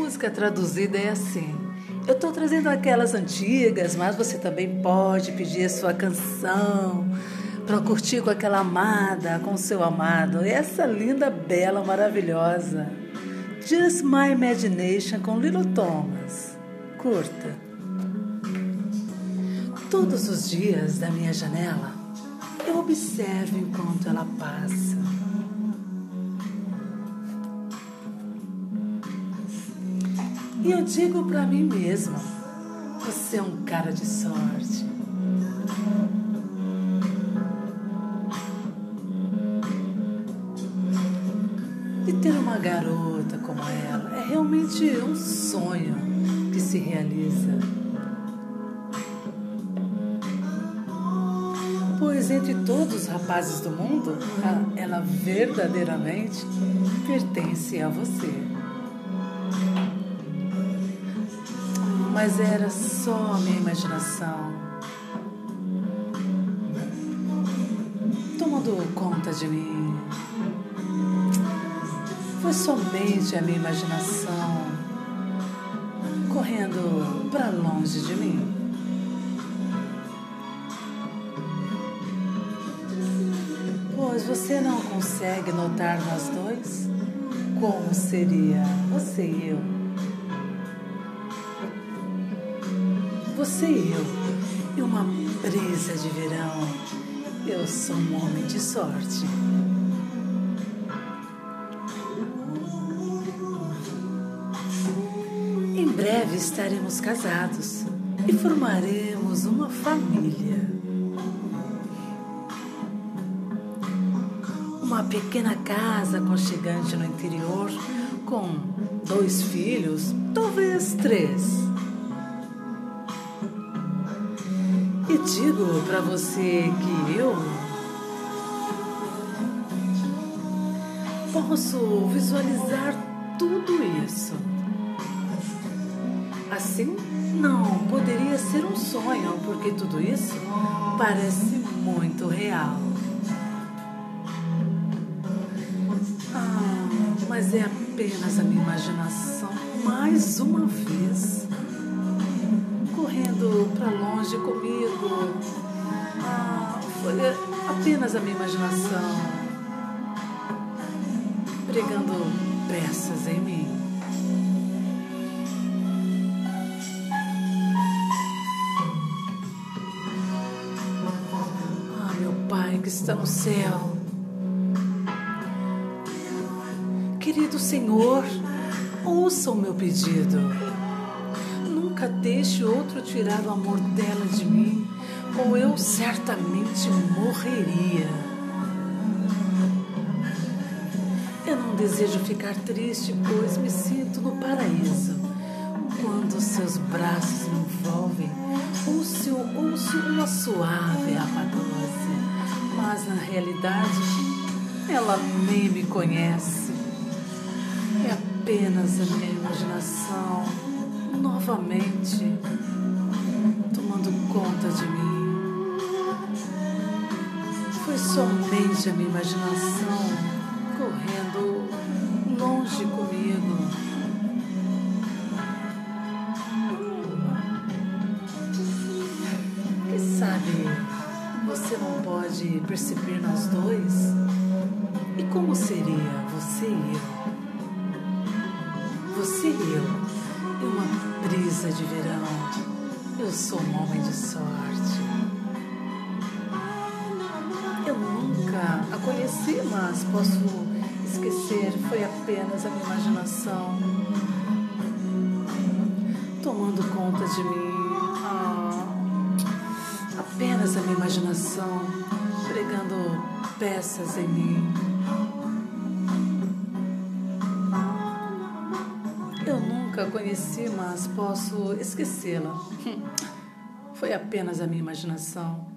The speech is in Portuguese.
música traduzida é assim: eu estou trazendo aquelas antigas, mas você também pode pedir a sua canção para curtir com aquela amada, com o seu amado. Essa linda, bela, maravilhosa Just My Imagination com Lilo Thomas. Curta. Todos os dias da minha janela eu observo enquanto ela passa. E eu digo pra mim mesma: você é um cara de sorte. E ter uma garota como ela é realmente um sonho que se realiza. Pois entre todos os rapazes do mundo, ela verdadeiramente pertence a você. Mas era só a minha imaginação tomando conta de mim. Foi somente a minha imaginação correndo para longe de mim. Pois você não consegue notar nós dois como seria você e eu. Você e eu, e uma brisa de verão. Eu sou um homem de sorte. Em breve estaremos casados e formaremos uma família. Uma pequena casa aconchegante no interior, com 2 filhos, talvez 3. E digo pra você que eu posso visualizar tudo isso. Assim, não poderia ser um sonho, porque tudo isso parece muito real. Mas é apenas a minha imaginação, mais uma vez, correndo para longe comigo. Foi apenas a minha imaginação pregando peças em mim. Meu Pai que está no céu, querido Senhor, ouça o meu pedido. Nunca deixe outro tirar o amor dela de mim, ou eu certamente morreria. Eu não desejo ficar triste, pois me sinto no paraíso. Quando seus braços me envolvem, ouço uma suave água doce, mas na realidade ela nem me conhece. É apenas a minha imaginação novamente tomando conta de mim. Foi somente a minha imaginação correndo longe comigo. Quem sabe você não pode perceber nós dois? E como seria você e eu? Você e eu, e uma brisa de verão. Eu sou um homem de sorte. Eu nunca a conheci, mas posso esquecer. Foi apenas a minha imaginação tomando conta de mim. Apenas a minha imaginação pregando peças em mim. Eu nunca a conheci, mas posso esquecê-la. Foi apenas a minha imaginação.